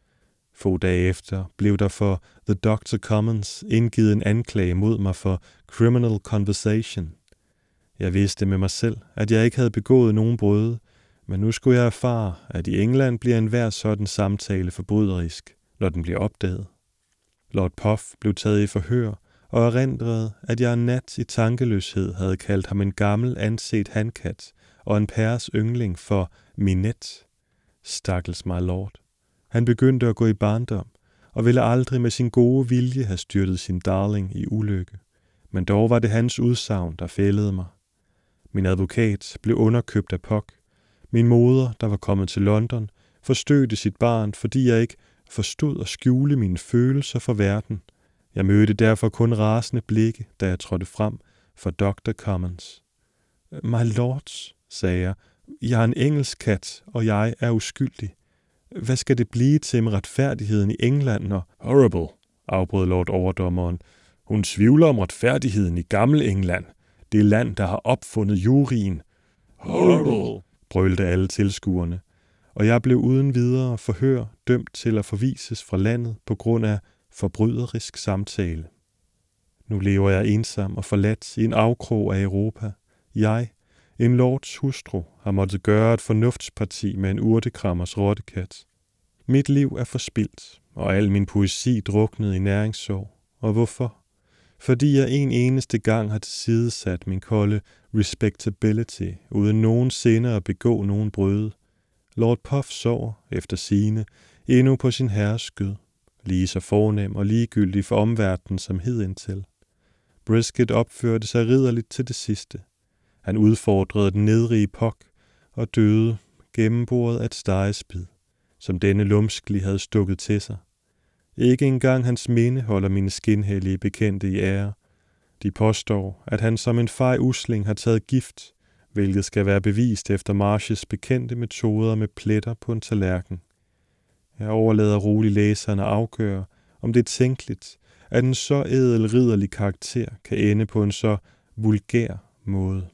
Få dage efter blev der for The Dr. Commons indgivet en anklage mod mig for criminal conversation. Jeg vidste med mig selv, at jeg ikke havde begået nogen brøde, men nu skulle jeg erfare, at i England bliver enhver sådan samtale forbryderisk, når den bliver opdaget. Lord Puff blev taget i forhør og erindrede, at jeg en nat i tankeløshed havde kaldt ham en gammel anset hankat og en pæres yngling for Minette. Stakkels my lord. Han begyndte at gå i barndom og ville aldrig med sin gode vilje have styrtet sin darling i ulykke, men dog var det hans udsagn, der fældede mig. Min advokat blev underkøbt af Puck. Min moder, der var kommet til London, forstødte sit barn, fordi jeg ikke forstod at skjule mine følelser for verden. Jeg mødte derfor kun rasende blikke, da jeg trådte frem for Dr. Commons. My lords, sagde jeg, jeg er en engelsk kat, og jeg er uskyldig. Hvad skal det blive til med retfærdigheden i England, når... Horrible, afbrød lord overdommeren. Hun tvivler om retfærdigheden i gammel England. Det land, der har opfundet juryen. Horrible, brølte alle tilskuerne, og jeg blev uden videre forhør dømt til at forvises fra landet på grund af forbryderisk samtale. Nu lever jeg ensom og forladt i en afkrog af Europa. Jeg, en lords hustru, har måttet gøre et fornuftsparti med en urtekrammers rottekat. Mit liv er forspildt, og al min poesi druknet i næringssorg. Og hvorfor? Fordi jeg en eneste gang har tilsidesat min kolde respectability, uden nogensinde at begå nogen brøde. Lord Puff sover, efter sigende, endnu på sin herres skød, lige så fornem og ligegyldig for omverdenen som hidindtil. Brisket opførte sig ridderligt til det sidste. Han udfordrede den nedrige Puck og døde gennemboret af et stegespid, som denne lumskelig havde stukket til sig. Ikke engang hans minde holder mine skinhellige bekendte i ære. De påstår, at han som en fej usling har taget gift, hvilket skal være bevist efter Marshes bekendte metoder med pletter på en tallerken. Jeg overlader rolig læseren at afgøre, om det er tænkeligt, at en så ædel ridderlig karakter kan ende på en så vulgær måde.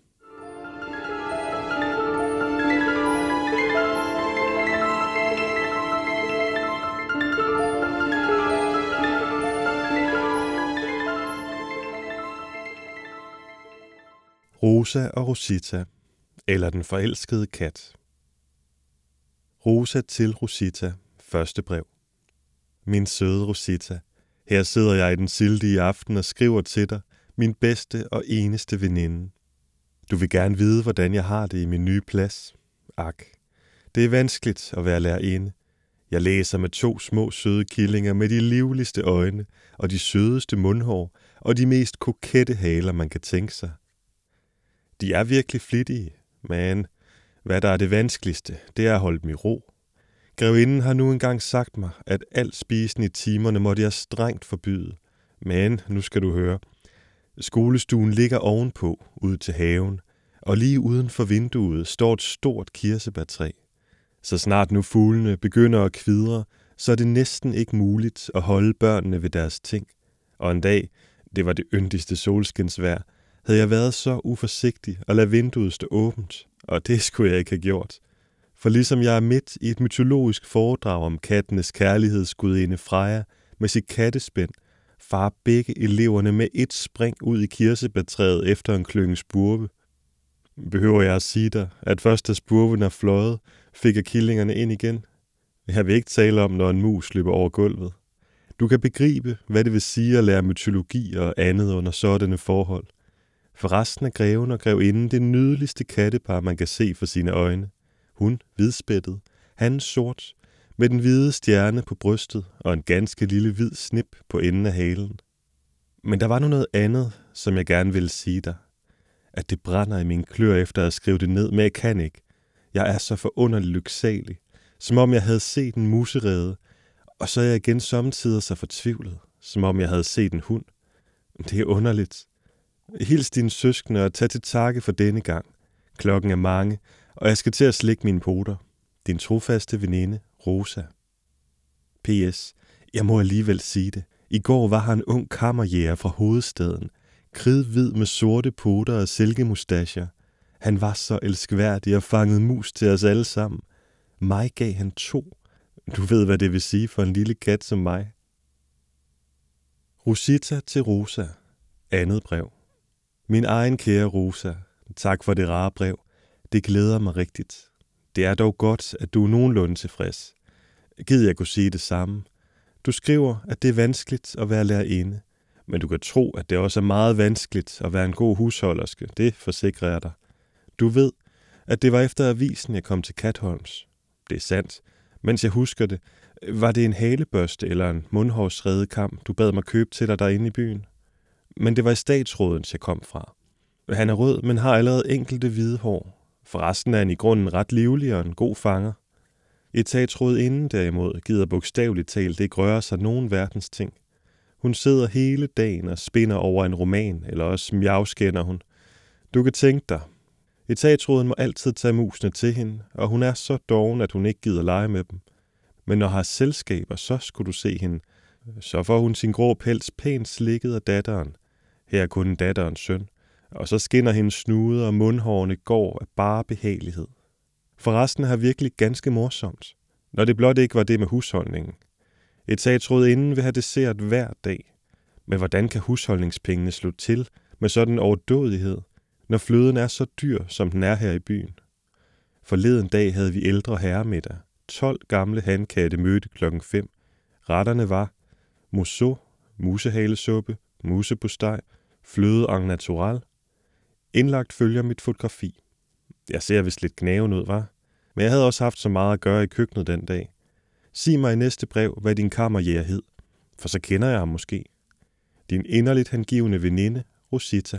Rosa og Rosita, eller den forelskede kat. Rosa til Rosita, første brev. Min søde Rosita, her sidder jeg i den sildige aften og skriver til dig, min bedste og eneste veninde. Du vil gerne vide, hvordan jeg har det i min nye plads. Ak, det er vanskeligt at være lærerinde. Jeg læser med 2 små søde killinger med de livligste øjne og de sødeste mundhår og de mest kokette haler, man kan tænke sig. De er virkelig flittige, men hvad der er det vanskeligste, det er at holde dem i ro. Grevinden har nu engang sagt mig, at al spisen i timerne måtte jeg strengt forbyde. Men nu skal du høre. Skolestuen ligger ovenpå, ude til haven, og lige uden for vinduet står et stort kirsebærtræ. Så snart nu fuglene begynder at kvidre, så er det næsten ikke muligt at holde børnene ved deres ting. Og en dag, det var det yndigste solskinsvejr, havde jeg været så uforsigtig at lade vinduet stå åbent, og det skulle jeg ikke have gjort. For ligesom jeg er midt i et mytologisk foredrag om kattenes kærlighedsgudinde Freja med sit kattespænd, farer begge eleverne med et spring ud i kirsebærtræet efter en klynge spurve. Behøver jeg at sige dig, at først da spurven er fløjet, fik jeg killingerne ind igen? Jeg vil ikke tale om, når en mus løber over gulvet. Du kan begribe, hvad det vil sige at lære mytologi og andet under sådanne forhold. For resten af greven og grevinden det nydeligste kattepar, man kan se for sine øjne. Hun hvidspættet, han sort, med den hvide stjerne på brystet og en ganske lille hvid snip på enden af halen. Men der var nu noget andet, som jeg gerne ville sige dig. At det brænder i mine klør efter at skrive det ned, men jeg kan ikke. Jeg er så forunderligt lyksalig, som om jeg havde set en muserede, og så er jeg igen samtidig så fortvivlet, som om jeg havde set en hund. Det er underligt. Hils dine søskende og tag til takke for denne gang. Klokken er mange, og jeg skal til at slikke mine poter. Din trofaste veninde, Rosa. P.S. Jeg må alligevel sige det. I går var han en ung kammerjæger fra hovedstaden, kridhvid med sorte poter og silkemustacher. Han var så elskværdig og fangede mus til os alle sammen. Mig gav han 2. Du ved, hvad det vil sige for en lille kat som mig. Rosita til Rosa. Andet brev. Min egen kære Rosa, tak for det rare brev. Det glæder mig rigtigt. Det er dog godt, at du er nogenlunde tilfreds. Gid jeg kunne sige det samme. Du skriver, at det er vanskeligt at være lærerinde, men du kan tro, at det også er meget vanskeligt at være en god husholderske. Det forsikrer jeg dig. Du ved, at det var efter avisen, jeg kom til Katholms. Det er sandt. Mens jeg husker det, var det en halebørste eller en mundhårsredekam, du bad mig købe til dig derinde i byen. Men det var i statsrådens, jeg kom fra. Han er rød, men har allerede enkelte hvide hår. Forresten er han i grunden ret livlig og en god fanger. Etatsrådinden derimod gider bogstaveligt talt ikke røre sig nogen verdens ting. Hun sidder hele dagen og spinder over en roman, eller også miavskænder hun. Du kan tænke dig. Etatsråden må altid tage musene til hende, og hun er så doven, at hun ikke gider lege med dem. Men når har selskaber, så skulle du se hende. Så får hun sin grå pels pænt slikket af datteren. Her er kun datterens søn. Og så skinner hendes snude, og mundhårene går af bare behagelighed. Forresten er virkelig ganske morsomt, når det blot ikke var det med husholdningen. Etatsrådinden vil have dessert hver dag. Men hvordan kan husholdningspengene slå til med sådan en overdådighed, når fløden er så dyr, som den er her i byen? Forleden dag havde vi ældre herremiddag. 12 gamle hankatte mødte 5:00. Retterne var mousseux, musehalesuppe, musepostej, fløde en natural. Indlagt følger mit fotografi. Jeg ser vist lidt gnaven ud, var? Men jeg havde også haft så meget at gøre i køkkenet den dag. Sig mig i næste brev, hvad din kammerjæger hed, for så kender jeg ham måske. Din inderligt hengivne veninde, Rosita.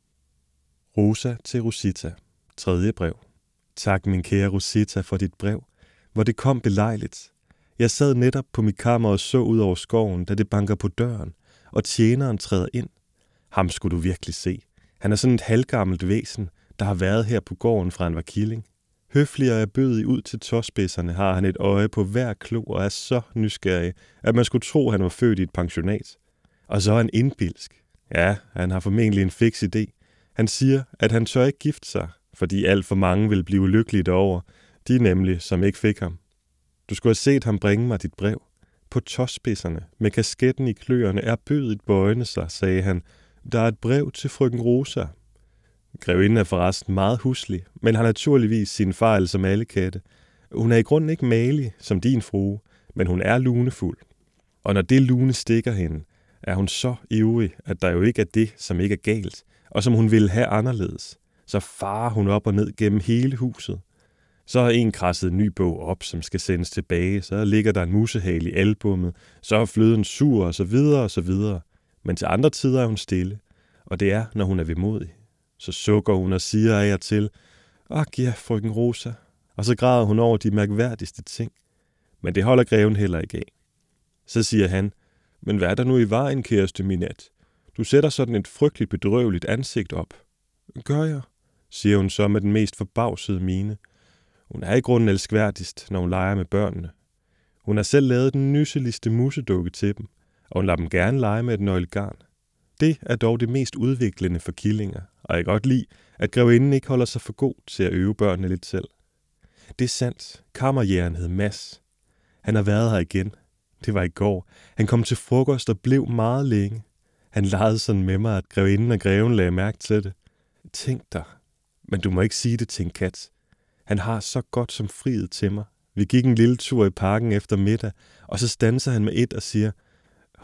Rosa til Rosita. 3. brev. Tak, min kære Rosita, for dit brev, hvor det kom belejligt. Jeg sad netop på mit kammer og så ud over skoven, da det banker på døren, og tjeneren træder ind. Ham skulle du virkelig se. Han er sådan et halvgammelt væsen, der har været her på gården fra han var killing. Høflig og erbødig ud til tåspidserne har han et øje på hver klo og er så nysgerrig, at man skulle tro, han var født i et pensionat. Og så er han indbilsk. Ja, han har formentlig en fiks idé. Han siger, at han tør ikke gifte sig, fordi alt for mange vil blive ulykkelige derover. De nemlig, som ikke fik ham. Du skulle have set ham bringe mig dit brev. På tåspidserne, med kasketten i kløerne, erbødigt bøjende sig, sagde han. Der er et brev til frøken Rosa. Grevinden er forresten meget huslig, men har naturligvis sin fejl som alle katte. Hun er i grunden ikke malig som din frue, men hun er lunefuld. Og når det lune stikker hende, er hun så ivrig, at der jo ikke er det, som ikke er galt, og som hun ville have anderledes. Så farer hun op og ned gennem hele huset. Så er en krasset en ny bog op, som skal sendes tilbage, så ligger der en musehale i albummet, så er fløden sur og så videre og så videre. Men til andre tider er hun stille, og det er, når hun er vemodig. Så sukker hun og siger af og til, ak ja, frøken Rosa, og så græder hun over de mærkværdigste ting. Men det holder greven heller ikke af. Så siger han, men hvad er der nu i vejen, kæreste Minette? Du sætter sådan et frygteligt bedrøveligt ansigt op. Gør jeg, siger hun så med den mest forbavsede mine. Hun er i grunden elskværdigst, når hun leger med børnene. Hun har selv lavet den nysseligste musedukke til dem, og hun lader dem gerne lege med et nøgle garn. Det er dog det mest udviklende for killinger, og jeg kan godt lide, at grevinden ikke holder sig for god til at øve børnene lidt selv. Det er sandt. Kammerjægeren hed Mads. Han har været her igen. Det var i går. Han kom til frokost og blev meget længe. Han legede sådan med mig, at grevinden og greven lagde mærke til det. Tænk dig. Men du må ikke sige det til en kat. Han har så godt som friet til mig. Vi gik en lille tur i parken efter middag, og så standser han med et og siger,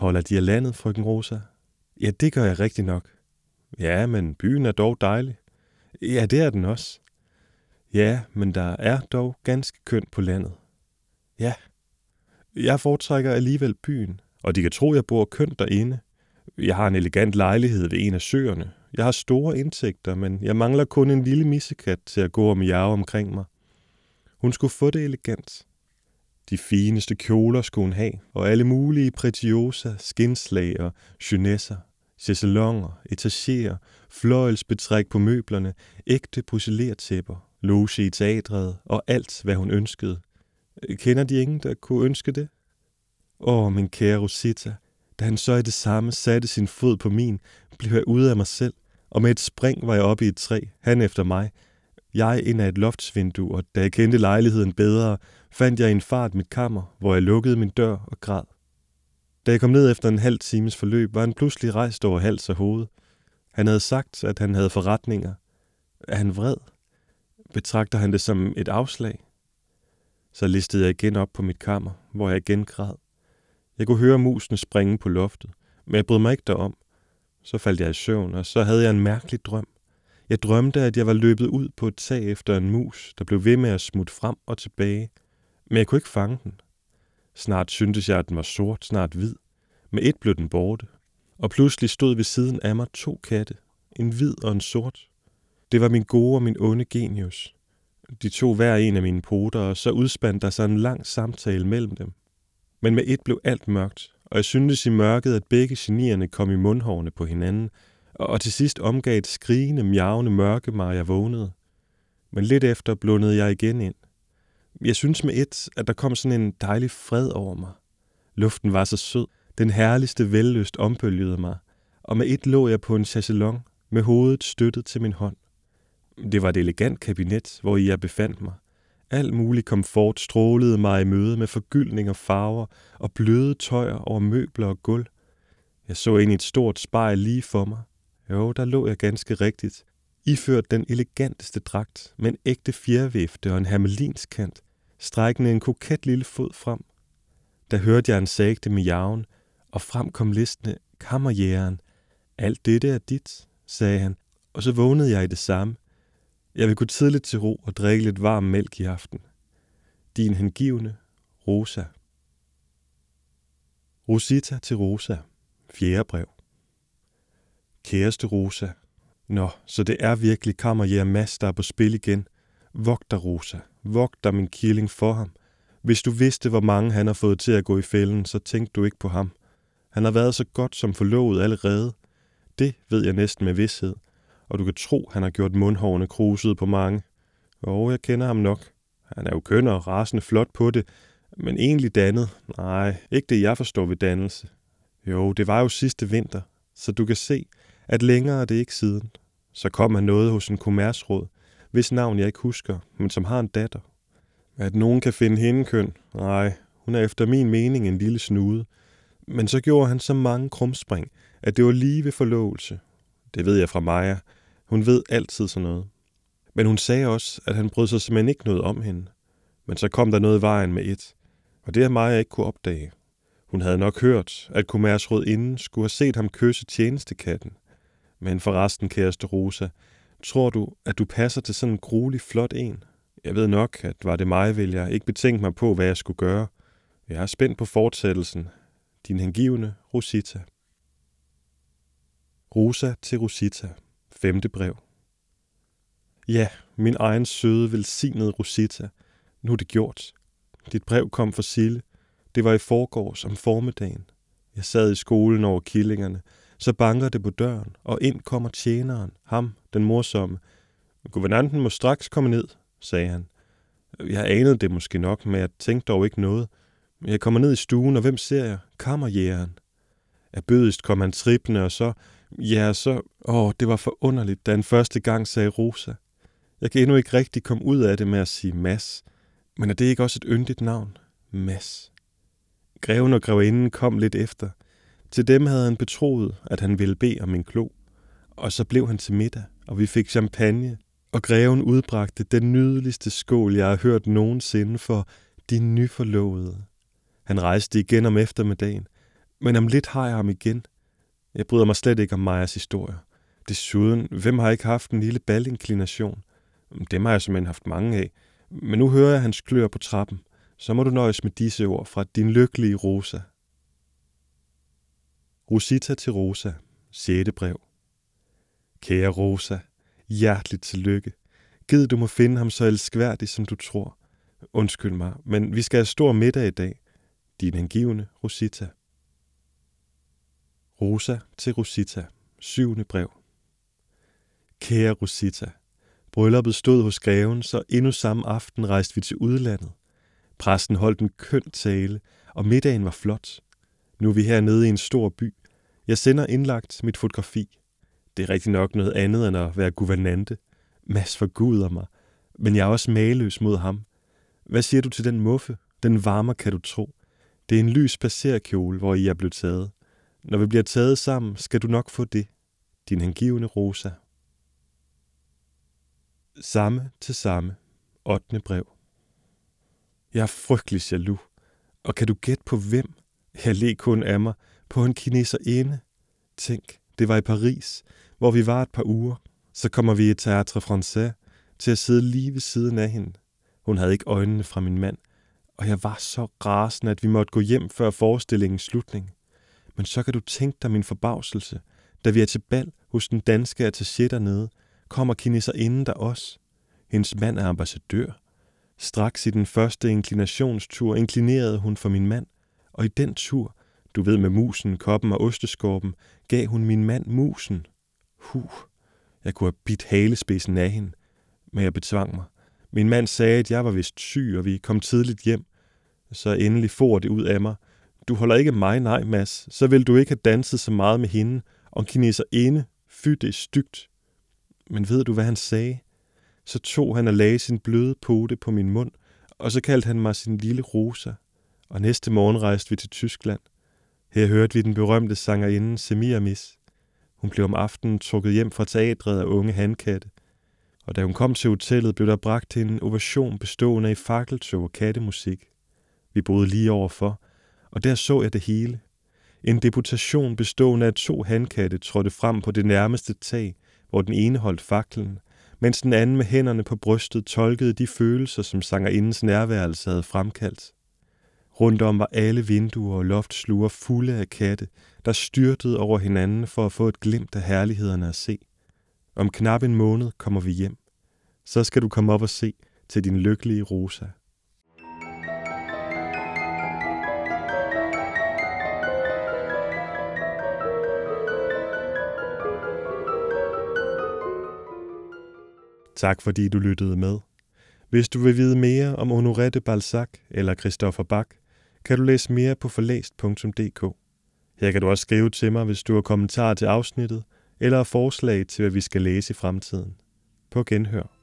Holder de af landet, frøken Rosa? Ja, det gør jeg rigtig nok. Ja, men byen er dog dejlig. Ja, det er den også. Ja, men der er dog ganske kønt på landet. Ja, jeg foretrækker alligevel byen, og de kan tro, jeg bor kønt derinde. Jeg har en elegant lejlighed ved en af søerne. Jeg har store indtægter, men jeg mangler kun en lille missekat til at gå og miave omkring mig. Hun skulle få det elegant. De fineste kjoler skulle hun have, og alle mulige pretiosa, skinslag og jeunesse, chaiselonger, etagerer, fløjelsbetræk på møblerne, ægte porcelæntæpper, loge i teatret og alt, hvad hun ønskede. Kender de ingen, der kunne ønske det? Min kære Rosita, da han så i det samme satte sin fod på min, blev jeg ude af mig selv, og med et spring var jeg oppe i et træ, han efter mig. Jeg ind af et loftsvindue, og da jeg kendte lejligheden bedre, fandt jeg i en fart mit kammer, hvor jeg lukkede min dør og græd. Da jeg kom ned efter en halv times forløb, var han pludselig rejst over hals og hoved. Han havde sagt, at han havde forretninger. Er han vred? Betragter han det som et afslag? Så listede jeg igen op på mit kammer, hvor jeg igen græd. Jeg kunne høre musene springe på loftet, men jeg brød mig ikke derom. Så faldt jeg i søvn, og så havde jeg en mærkelig drøm. Jeg drømte, at jeg var løbet ud på et tag efter en mus, der blev ved med at smutte frem og tilbage. Men jeg kunne ikke fange den. Snart syntes jeg, at den var sort, snart hvid. Med et blev den borte. Og pludselig stod ved siden af mig 2 katte. En hvid og en sort. Det var min gode og min onde genius. De tog hver en af mine poter, og så udspandt der sig en lang samtale mellem dem. Men med et blev alt mørkt, og jeg syntes i mørket, at begge genierne kom i mundhårene på hinanden, og til sidst omgav et skrigende, mjavende mørke mig, jeg vågnede. Men lidt efter blundede jeg igen ind. Jeg synes med et, at der kom sådan en dejlig fred over mig. Luften var så sød, den herligste vellyst ombølgede mig, og med et lå jeg på en chaiselong med hovedet støttet til min hånd. Det var et elegant kabinet, hvor jeg befandt mig. Al mulig komfort strålede mig i møde med forgyldning og farver og bløde tøjer over møbler og gulv. Jeg så ind i et stort spejl lige for mig. Jo, der lå jeg ganske rigtigt, iført den eleganteste dragt med en ægte fjervifte og en hermelinskant, strækkende en koket lille fod frem. Der hørte jeg en sagte miaven, og frem kom listende kammerjægeren. Alt dette er dit, sagde han, og så vågnede jeg i det samme. Jeg vil gå tidligt til ro og drikke lidt varm mælk i aften. Din hengivne, Rosa. Rosita til Rosa. 4. brev. Kæreste Rosa. Nå, så det er virkelig kammerjæger Mads, der er på spil igen. Vogt dig, Rosa. Vogt dig, min killing, for ham. Hvis du vidste, hvor mange han har fået til at gå i fælden, så tænkte du ikke på ham. Han har været så godt som forlovet allerede. Det ved jeg næsten med vished. Og du kan tro, han har gjort mundhårene krusede på mange. Jeg kender ham nok. Han er jo køn og rasende flot på det, men egentlig dannet. Nej, ikke det jeg forstår ved dannelse. Jo, det var jo sidste vinter, så du kan se, at længere er det ikke siden. Så kom han noget hos en kommersråd, hvis navn jeg ikke husker, men som har en datter. At nogen kan finde hende køn? Nej, hun er efter min mening en lille snude. Men så gjorde han så mange krumspring, at det var lige ved forlovelse. Det ved jeg fra Maja. Hun ved altid sådan noget. Men hun sagde også, at han brød sig simpelthen ikke noget om hende. Men så kom der noget i vejen med et. Og det har Maja ikke kunne opdage. Hun havde nok hørt, at kommersrådinden skulle have set ham kysse tjenestekatten. Men forresten, kæreste Rosa, tror du, at du passer til sådan en gruelig flot en? Jeg ved nok, at var det mig, vil jeg ikke betænke mig på, hvad jeg skulle gøre. Jeg er spændt på fortsættelsen. Din hengivne, Rosita. Rosa til Rosita. 5. brev. Ja, min egen søde, velsignede Rosita. Nu er det gjort. Dit brev kom fra Sille. Det var i forgårs om formiddagen. Jeg sad i skolen over killingerne. Så banker det på døren, og ind kommer tjeneren, ham, den morsomme. Guvernanten må straks komme ned, sagde han. Jeg anede det måske nok, men jeg tænkte dog ikke noget. Jeg kommer ned i stuen, og hvem ser jeg? Kammerjægeren. Erbødigst kom han trippende, og så... det var forunderligt, da han første gang sagde Rosa. Jeg kan endnu ikke rigtig komme ud af det med at sige Mads. Men er det ikke også et yndigt navn? Mads. Greven og grevinden kom lidt efter. Til dem havde han betroet, at han ville bede om en klo. Og så blev han til middag, og vi fik champagne, og greven udbragte den nydeligste skål, jeg har hørt nogensinde for de nyforlovede. Han rejste igen om eftermiddagen. Men om lidt har jeg ham igen. Jeg bryder mig slet ikke om Majas historier. Desuden, hvem har ikke haft en lille ballinklination? Dem har jeg simpelthen haft mange af. Men nu hører jeg hans klør på trappen. Så må du nøjes med disse ord fra din lykkelige Rosa. Rosita til Rosa. 6. brev. Kære Rosa, hjerteligt tillykke. Gid du må finde ham så elskværdig, som du tror. Undskyld mig, men vi skal have stor middag i dag. Din hengivne Rosita. Rosa til Rosita. 7. brev. Kære Rosita, brylluppet stod hos greven, så endnu samme aften rejste vi til udlandet. Præsten holdt en køn tale, og middagen var flot. Nu er vi hernede i en stor by. Jeg sender indlagt mit fotografi. Det er rigtig nok noget andet end at være guvernante. Mads forguder mig, men jeg er også mageløs mod ham. Hvad siger du til den muffe? Den varmer, kan du tro. Det er en lys passerkjole, hvor I er blevet taget. Når vi bliver taget sammen, skal du nok få det. Din hengivne Rosa. Samme til samme. 8. brev. Jeg er frygtelig jaloux. Og kan du gætte på hvem? Jeg led kun af mig på en kineserinde. Tænk, det var i Paris, hvor vi var et par uger. Så kommer vi i Théâtre Français til at sidde lige ved siden af hende. Hun havde ikke øjnene fra min mand, og jeg var så rasende, at vi måtte gå hjem før forestillingens slutning. Men så kan du tænke dig min forbavselse, da vi er til bal hos den danske attaché dernede, kommer kineserinden der også. Hendes mand er ambassadør. Straks i den første inklinationstur inklinerede hun for min mand, og i den tur, du ved med musen, koppen og osteskorpen, gav hun min mand musen. Jeg kunne have bidt halespidsen af hende, men jeg betvang mig. Min mand sagde, at jeg var vist syg, og vi kom tidligt hjem. Så endelig for det ud af mig. Du holder ikke mig, nej, Mads. Så vil du ikke have danset så meget med hende, og kineserinde. Fy, det er stygt. Men ved du, hvad han sagde? Så tog han og lagde sin bløde pote på min mund, og så kaldte han mig sin lille Rosa. Og næste morgen rejste vi til Tyskland. Her hørte vi den berømte sangerinde Semiramis. Hun blev om aftenen trukket hjem fra teatret af unge hankatte. Og da hun kom til hotellet, blev der bragt til en ovation bestående af fakkeltog og kattemusik. Vi boede lige overfor, og der så jeg det hele. En deputation bestående af 2 hankatte trådte frem på det nærmeste tag, hvor den ene holdt faklen, mens den anden med hænderne på brystet tolkede de følelser, som sangerindens nærværelse havde fremkaldt. Rundt om var alle vinduer og loftsluer fulde af katte, der styrtede over hinanden for at få et glimt af herlighederne at se. Om knap en måned kommer vi hjem. Så skal du komme op og se til din lykkelige Rosa. Tak fordi du lyttede med. Hvis du vil vide mere om Honoré de Balzac eller Christoffer Bach, kan du læse mere på forlæst.dk. Her kan du også skrive til mig, hvis du har kommentarer til afsnittet, eller forslag til, hvad vi skal læse i fremtiden. På genhør.